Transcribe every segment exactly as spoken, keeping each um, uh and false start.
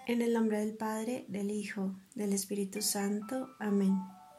En el nombre del Padre, del Hijo, del Espíritu Santo. Amén.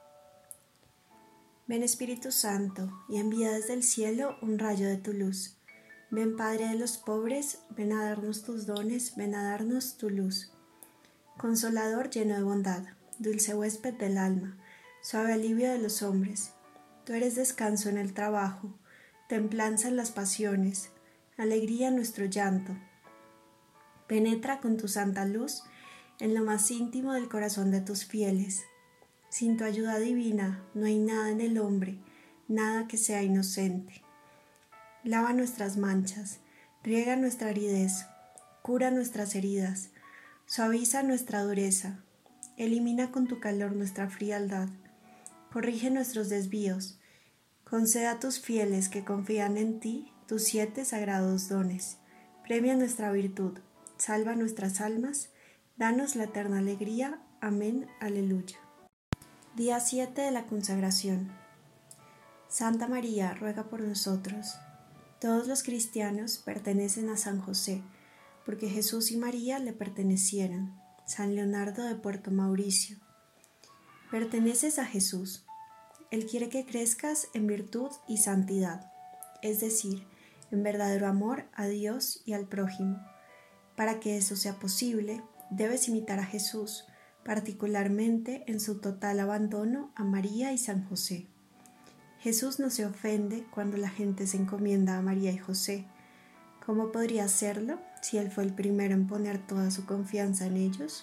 Ven Espíritu Santo, y envía desde el cielo un rayo de tu luz. Ven Padre de los pobres, ven a darnos tus dones, ven a darnos tu luz. Consolador lleno de bondad, dulce huésped del alma, suave alivio de los hombres. Tú eres descanso en el trabajo, templanza en las pasiones, alegría en nuestro llanto. Penetra con tu santa luz en lo más íntimo del corazón de tus fieles. Sin tu ayuda divina no hay nada en el hombre, nada que sea inocente. Lava nuestras manchas, riega nuestra aridez, cura nuestras heridas, suaviza nuestra dureza, elimina con tu calor nuestra frialdad, corrige nuestros desvíos, concede a tus fieles que confían en ti tus siete sagrados dones, premia nuestra virtud, salva nuestras almas, danos la eterna alegría. Amén. Aleluya. Día siete de la consagración. Santa María, ruega por nosotros. Todos los cristianos pertenecen a San José, porque Jesús y María le pertenecieron. San Leonardo de Puerto Mauricio. Perteneces a Jesús. Él quiere que crezcas en virtud y santidad, es decir, en verdadero amor a Dios y al prójimo. Para que eso sea posible, debes imitar a Jesús, particularmente en su total abandono a María y San José. Jesús no se ofende cuando la gente se encomienda a María y José. ¿Cómo podría hacerlo si Él fue el primero en poner toda su confianza en ellos?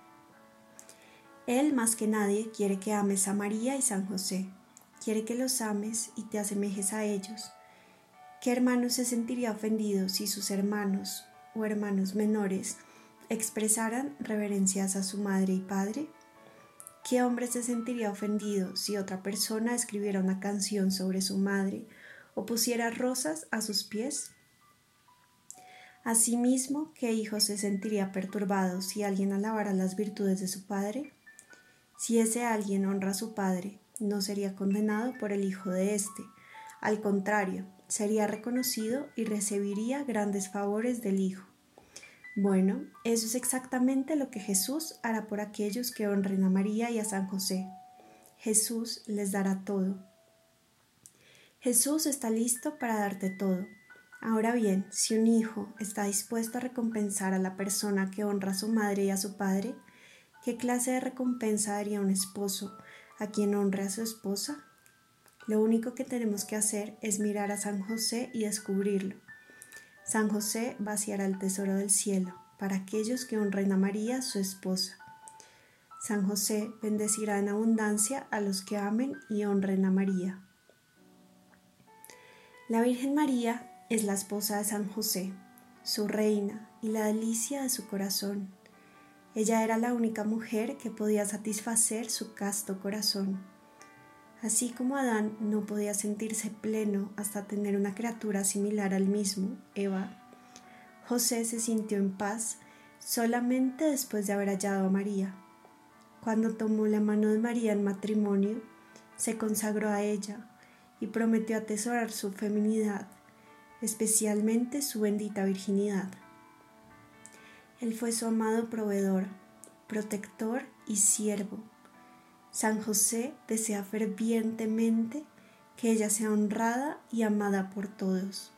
Él más que nadie quiere que ames a María y San José. Quiere que los ames y te asemejes a ellos. ¿Qué hermano se sentiría ofendido si sus hermanos o hermanos menores expresaran reverencias a su madre y padre? ¿Qué hombre se sentiría ofendido si otra persona escribiera una canción sobre su madre o pusiera rosas a sus pies? Asimismo, ¿qué hijo se sentiría perturbado si alguien alabara las virtudes de su padre? Si ese alguien honra a su padre, no sería condenado por el hijo de éste. Al contrario, sería reconocido y recibiría grandes favores del hijo. Bueno, eso es exactamente lo que Jesús hará por aquellos que honren a María y a San José. Jesús les dará todo. Jesús está listo para darte todo. Ahora bien, si un hijo está dispuesto a recompensar a la persona que honra a su madre y a su padre, ¿qué clase de recompensa daría un esposo a quien honre a su esposa? Lo único que tenemos que hacer es mirar a San José y descubrirlo. San José vaciará el tesoro del cielo para aquellos que honren a María, su esposa. San José bendecirá en abundancia a los que amen y honren a María. La Virgen María es la esposa de San José, su reina y la delicia de su corazón. Ella era la única mujer que podía satisfacer su casto corazón. Así como Adán no podía sentirse pleno hasta tener una criatura similar al mismo, Eva, José se sintió en paz solamente después de haber hallado a María. Cuando tomó la mano de María en matrimonio, se consagró a ella y prometió atesorar su feminidad, especialmente su bendita virginidad. Él fue su amado proveedor, protector y siervo. San José desea fervientemente que ella sea honrada y amada por todos.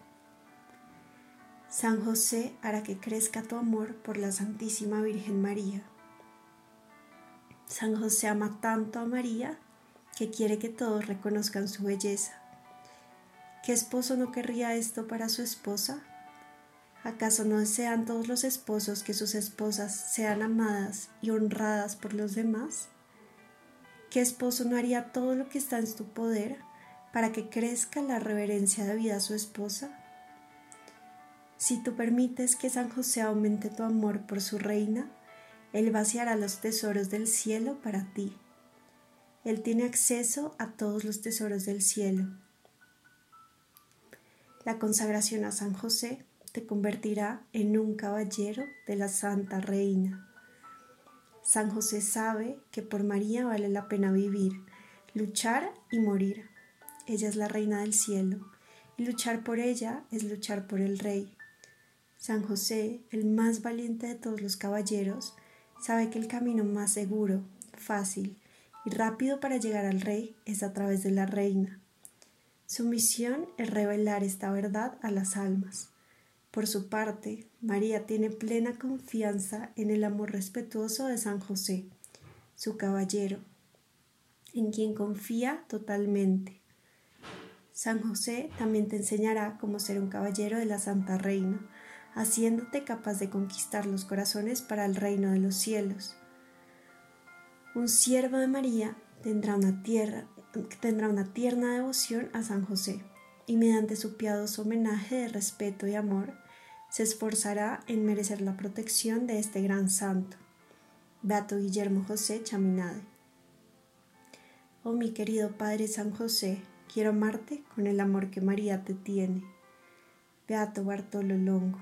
San José hará que crezca tu amor por la Santísima Virgen María. San José ama tanto a María que quiere que todos reconozcan su belleza. ¿Qué esposo no querría esto para su esposa? ¿Acaso no desean todos los esposos que sus esposas sean amadas y honradas por los demás? ¿Qué esposo no haría todo lo que está en su poder para que crezca la reverencia debida a su esposa? Si tú permites que San José aumente tu amor por su reina, Él vaciará los tesoros del cielo para ti. Él tiene acceso a todos los tesoros del cielo. La consagración a San José te convertirá en un caballero de la Santa Reina. San José sabe que por María vale la pena vivir, luchar y morir. Ella es la reina del cielo, y luchar por ella es luchar por el rey. San José, el más valiente de todos los caballeros, Sabe que el camino más seguro, fácil y rápido para llegar al rey es a través de la reina. Su misión es revelar esta verdad a las almas. Por su parte, María tiene plena confianza en el amor respetuoso de San José, su caballero, en quien confía totalmente. San José también te enseñará cómo ser un caballero de la Santa Reina, haciéndote capaz de conquistar los corazones para el reino de los cielos. Un siervo de María tendrá una, tierra, tendrá una tierna devoción a San José, y mediante su piadoso homenaje de respeto y amor, se esforzará en merecer la protección de este gran santo. Beato Guillermo José Chaminade. Oh mi querido Padre San José, quiero amarte con el amor que María te tiene. Beato Bartolo Longo.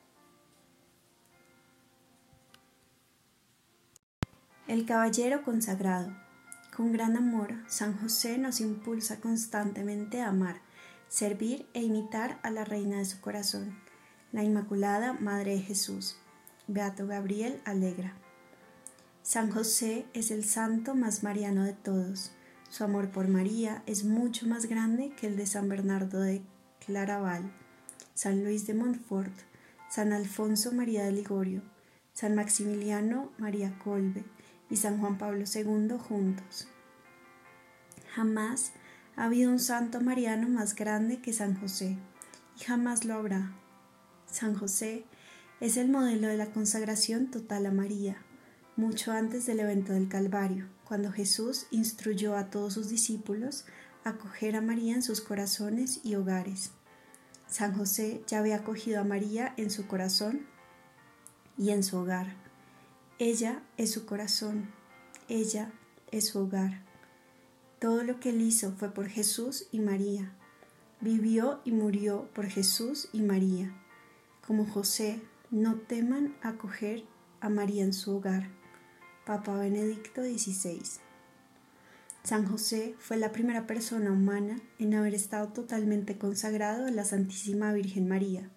El caballero consagrado. Con gran amor, San José nos impulsa constantemente a amar, servir e imitar a la reina de su corazón, la Inmaculada Madre de Jesús. Beato Gabriel Alegra. San José es el santo más mariano de todos. Su amor por María es mucho más grande que el de San Bernardo de Claraval, San Luis de Montfort, San Alfonso María de Ligorio, San Maximiliano María Kolbe y San Juan Pablo segundo juntos. Jamás ha habido un santo mariano más grande que San José, y jamás lo habrá. San José es el modelo de la consagración total a María, mucho antes del evento del Calvario, cuando Jesús instruyó a todos sus discípulos a acoger a María en sus corazones y hogares. San José ya había acogido a María en su corazón y en su hogar. Ella es su corazón, ella es su hogar. Todo lo que él hizo fue por Jesús y María. Vivió y murió por Jesús y María. Como José, no teman acoger a María en su hogar. Papa Benedicto dieciséis. San José fue la primera persona humana en haber estado totalmente consagrado a la Santísima Virgen María.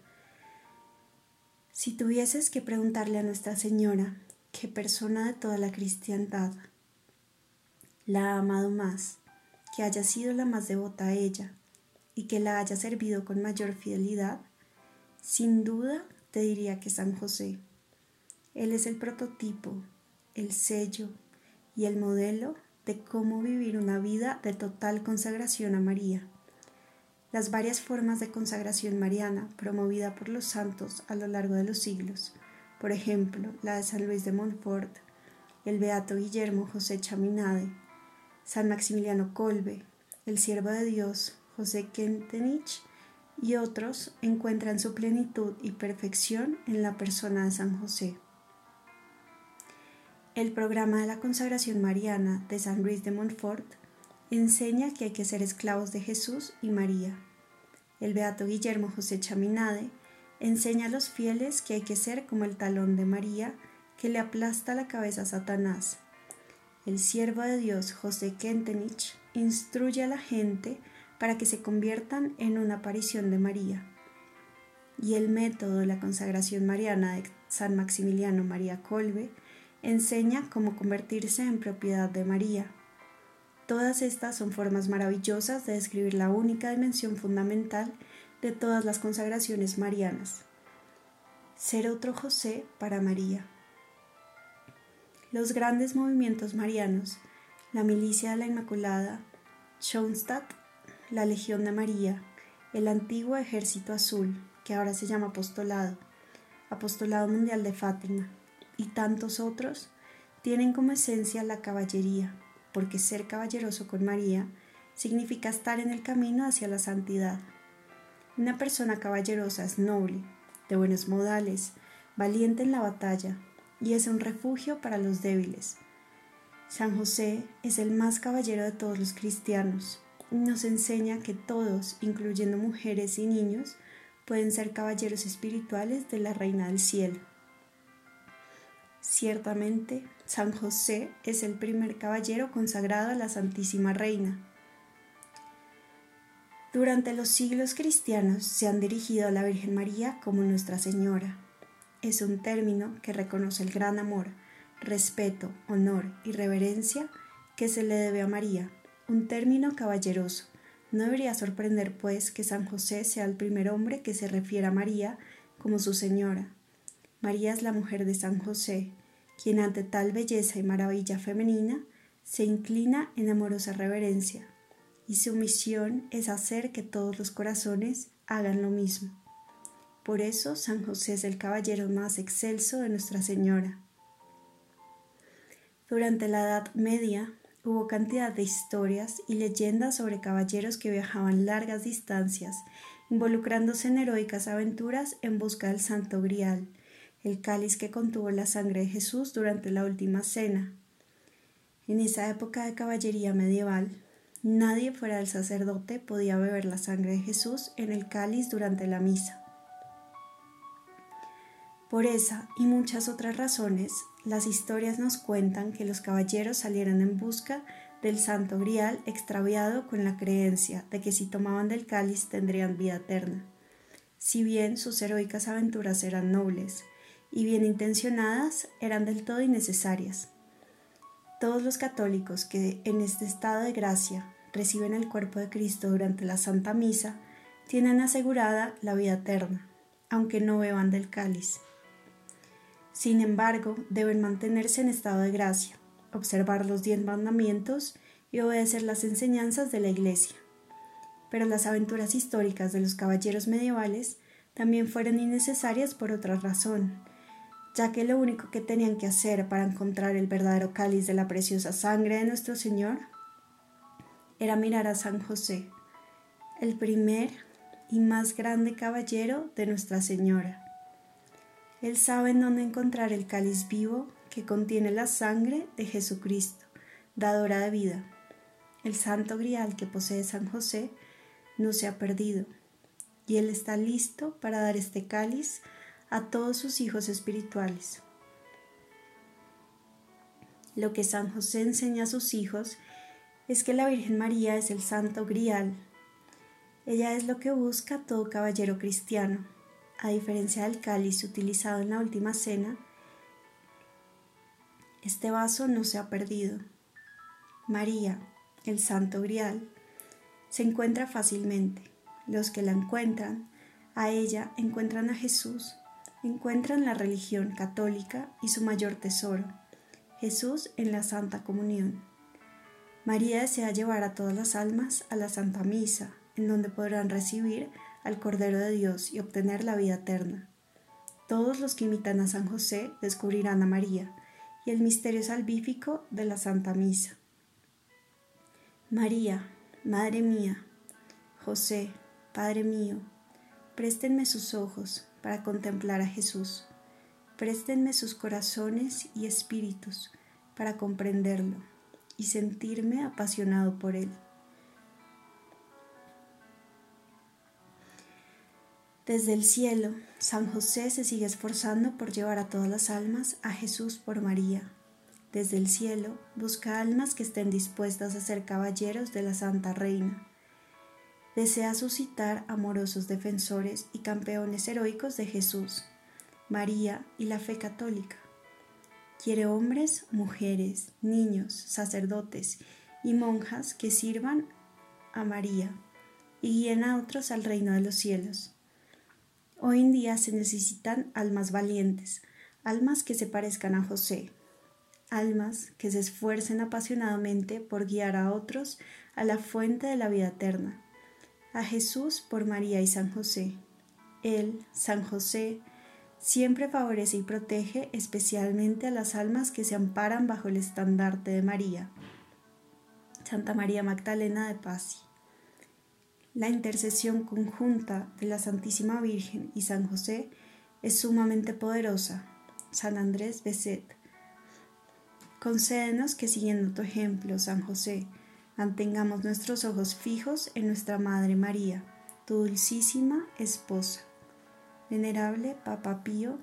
Si tuvieses que preguntarle a Nuestra Señora qué persona de toda la cristiandad la ha amado más, que haya sido la más devota a ella y que la haya servido con mayor fidelidad, sin duda te diría que San José. Él es el prototipo, el sello y el modelo de cómo vivir una vida de total consagración a María. Las varias formas de consagración mariana promovida por los santos a lo largo de los siglos, por ejemplo, la de San Luis de Montfort, el beato Guillermo José Chaminade, San Maximiliano Kolbe, el siervo de Dios José Kentenich y otros, encuentran su plenitud y perfección en la persona de San José. El programa de la consagración mariana de San Luis de Montfort enseña que hay que ser esclavos de Jesús y María. El beato Guillermo José Chaminade enseña a los fieles que hay que ser como el talón de María que le aplasta la cabeza a Satanás. El siervo de Dios José Kentenich instruye a la gente para que se conviertan en una aparición de María. Y el método de la consagración mariana de San Maximiliano María Kolbe enseña cómo convertirse en propiedad de María. Todas estas son formas maravillosas de describir la única dimensión fundamental de todas las consagraciones marianas: ser otro José para María. Los grandes movimientos marianos, la Milicia de la Inmaculada, Schoenstatt, la Legión de María, el antiguo Ejército Azul, que ahora se llama Apostolado, Apostolado Mundial de Fátima, y tantos otros, tienen como esencia la caballería, porque ser caballeroso con María significa estar en el camino hacia la santidad. Una persona caballerosa es noble, de buenos modales, valiente en la batalla, y es un refugio para los débiles. San José es el más caballero de todos los cristianos y nos enseña que todos, incluyendo mujeres y niños, pueden ser caballeros espirituales de la Reina del Cielo. Ciertamente, San José es el primer caballero consagrado a la Santísima Reina. Durante los siglos cristianos se han dirigido a la Virgen María como Nuestra Señora. Es un término que reconoce el gran amor, respeto, honor y reverencia que se le debe a María, un término caballeroso. No debería sorprender, pues, que San José sea el primer hombre que se refiere a María como su señora. María es la mujer de San José, quien ante tal belleza y maravilla femenina se inclina en amorosa reverencia, y su misión es hacer que todos los corazones hagan lo mismo. Por eso San José es el caballero más excelso de Nuestra Señora. Durante la Edad Media hubo cantidad de historias y leyendas sobre caballeros que viajaban largas distancias, involucrándose en heroicas aventuras en busca del Santo Grial, el cáliz que contuvo la sangre de Jesús durante la última cena. En esa época de caballería medieval, nadie fuera del sacerdote podía beber la sangre de Jesús en el cáliz durante la misa. Por esa y muchas otras razones, las historias nos cuentan que los caballeros salieron en busca del Santo Grial extraviado con la creencia de que si tomaban del cáliz tendrían vida eterna. Si bien sus heroicas aventuras eran nobles y bien intencionadas, eran del todo innecesarias. Todos los católicos que en este estado de gracia reciben el cuerpo de Cristo durante la Santa Misa tienen asegurada la vida eterna, aunque no beban del cáliz. Sin embargo, deben mantenerse en estado de gracia, observar los diez mandamientos y obedecer las enseñanzas de la Iglesia. Pero las aventuras históricas de los caballeros medievales también fueron innecesarias por otra razón, ya que lo único que tenían que hacer para encontrar el verdadero cáliz de la preciosa sangre de nuestro Señor era mirar a San José, el primer y más grande caballero de Nuestra Señora. Él sabe en dónde encontrar el cáliz vivo que contiene la sangre de Jesucristo, dadora de vida. El santo grial que posee San José no se ha perdido, y Él está listo para dar este cáliz a todos sus hijos espirituales. Lo que San José enseña a sus hijos es que la Virgen María es el santo grial. Ella es lo que busca todo caballero cristiano. A diferencia del cáliz utilizado en la última cena, este vaso no se ha perdido. María, el santo grial, se encuentra fácilmente. Los que la encuentran, a ella encuentran a Jesús, encuentran la religión católica y su mayor tesoro, Jesús en la Santa Comunión. María desea llevar a todas las almas a la Santa Misa, en donde podrán recibir al Cordero de Dios y obtener la vida eterna. Todos los que imitan a San José descubrirán a María y el misterio salvífico de la Santa Misa. María, Madre mía, José, Padre mío, préstenme sus ojos para contemplar a Jesús. Préstenme sus corazones y espíritus para comprenderlo y sentirme apasionado por él. Desde el cielo, San José se sigue esforzando por llevar a todas las almas a Jesús por María. Desde el cielo, busca almas que estén dispuestas a ser caballeros de la Santa Reina. Desea suscitar amorosos defensores y campeones heroicos de Jesús, María y la fe católica. Quiere hombres, mujeres, niños, sacerdotes y monjas que sirvan a María y guíen a otros al reino de los cielos. Hoy en día se necesitan almas valientes, almas que se parezcan a José, almas que se esfuercen apasionadamente por guiar a otros a la fuente de la vida eterna, a Jesús por María y San José. Él, San José, siempre favorece y protege especialmente a las almas que se amparan bajo el estandarte de María. Santa María Magdalena de Pazzi. La intercesión conjunta de la Santísima Virgen y San José es sumamente poderosa. San Andrés Beset. Concédenos que siguiendo tu ejemplo, San José, mantengamos nuestros ojos fijos en nuestra Madre María, tu dulcísima esposa. Venerable Papa Pío.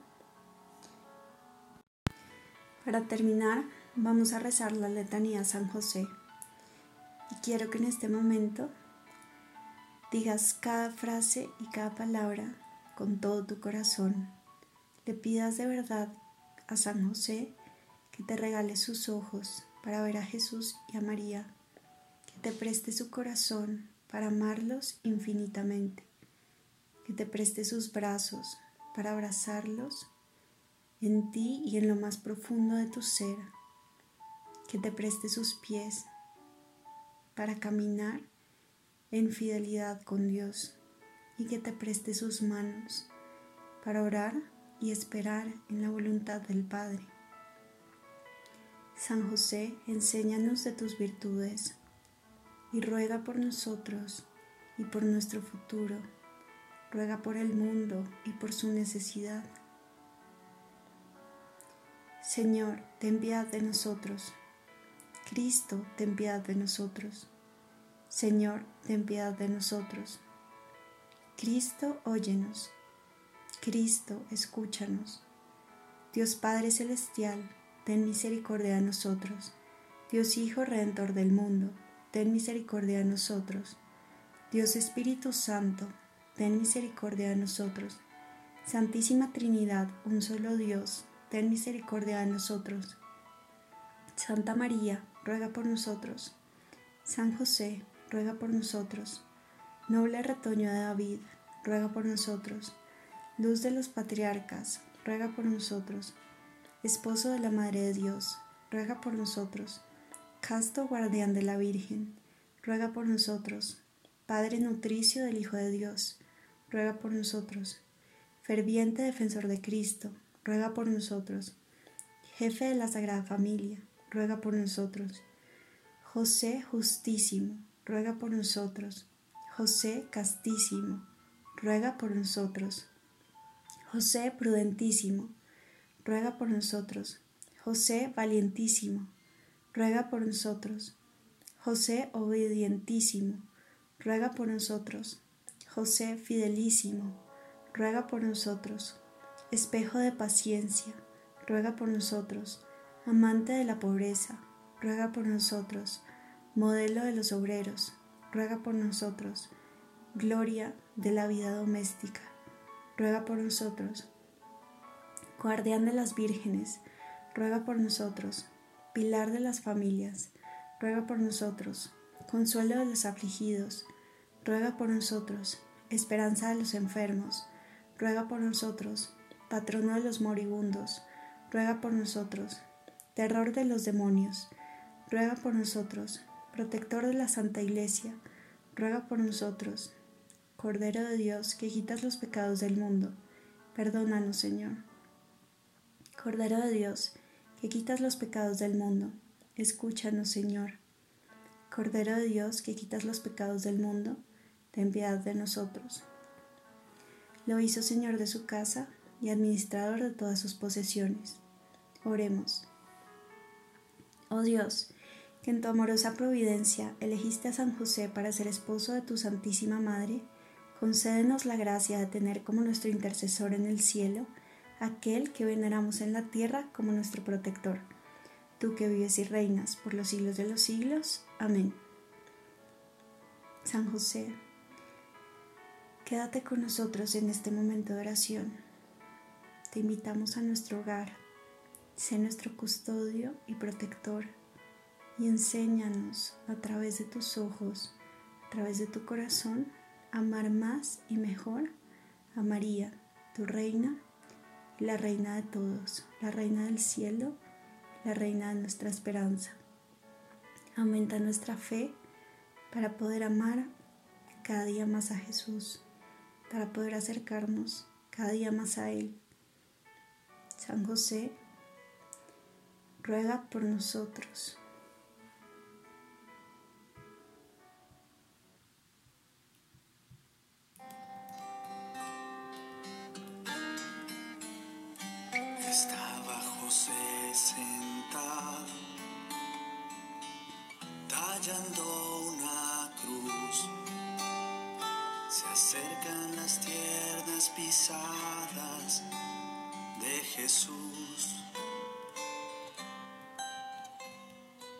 Para terminar, vamos a rezar la letanía a San José. Y quiero que en este momento digas cada frase y cada palabra con todo tu corazón. Le pidas de verdad a San José que te regale sus ojos para ver a Jesús y a María, que te preste su corazón para amarlos infinitamente, que te preste sus brazos para abrazarlos en ti y en lo más profundo de tu ser, que te preste sus pies para caminar en fidelidad con Dios y que te preste sus manos para orar y esperar en la voluntad del Padre. San José, enséñanos de tus virtudes y ruega por nosotros y por nuestro futuro, ruega por el mundo y por su necesidad. Señor, ten piedad de nosotros. Cristo, ten piedad de nosotros. Señor, ten piedad de nosotros. Cristo, óyenos. Cristo, escúchanos. Dios Padre Celestial, ten misericordia de nosotros. Dios Hijo Redentor del mundo, ten misericordia de nosotros. Dios Espíritu Santo, ten misericordia de nosotros. Santísima Trinidad, un solo Dios, ten misericordia de nosotros. Santa María, ruega por nosotros. San José, ruega por nosotros. Noble retoño de David, ruega por nosotros. Luz de los patriarcas, ruega por nosotros. Esposo de la Madre de Dios, ruega por nosotros. Casto guardián de la Virgen, ruega por nosotros. Padre nutricio del Hijo de Dios, ruega por nosotros. Ferviente defensor de Cristo, ruega por nosotros. Jefe de la Sagrada Familia, ruega por nosotros. José justísimo, ruega por nosotros. José castísimo, ruega por nosotros. José prudentísimo, ruega por nosotros. José valientísimo, ruega por nosotros. José obedientísimo, ruega por nosotros. José fidelísimo, ruega por nosotros. Espejo de paciencia, ruega por nosotros. Amante de la pobreza, ruega por nosotros. Modelo de los obreros, ruega por nosotros. Gloria de la vida doméstica, ruega por nosotros. Guardián de las vírgenes, ruega por nosotros. Pilar de las familias, ruega por nosotros. Consuelo de los afligidos, ruega por nosotros. Esperanza de los enfermos, ruega por nosotros. Patrono de los moribundos, ruega por nosotros. Terror de los demonios, ruega por nosotros. Protector de la Santa Iglesia, ruega por nosotros. Cordero de Dios, que quitas los pecados del mundo, perdónanos, Señor. Cordero de Dios, que quitas los pecados del mundo, escúchanos, Señor. Cordero de Dios, que quitas los pecados del mundo, ten piedad de nosotros. Lo hizo Señor de su casa y administrador de todas sus posesiones. Oremos. Oh Dios, que en tu amorosa providencia elegiste a San José para ser esposo de tu Santísima Madre, concédenos la gracia de tener como nuestro intercesor en el cielo aquel que veneramos en la tierra como nuestro protector. Tú que vives y reinas por los siglos de los siglos. Amén. San José, quédate con nosotros en este momento de oración. Te invitamos a nuestro hogar. Sé nuestro custodio y protector y enséñanos a través de tus ojos, a través de tu corazón, a amar más y mejor a María, tu reina, y la reina de todos, la reina del cielo, la reina de nuestra esperanza. Aumenta nuestra fe para poder amar cada día más a Jesús, para poder acercarnos cada día más a Él. San José, ruega por nosotros. Estaba José sentado, tallando una cruz. Se acercan las tiernas pisadas de Jesús.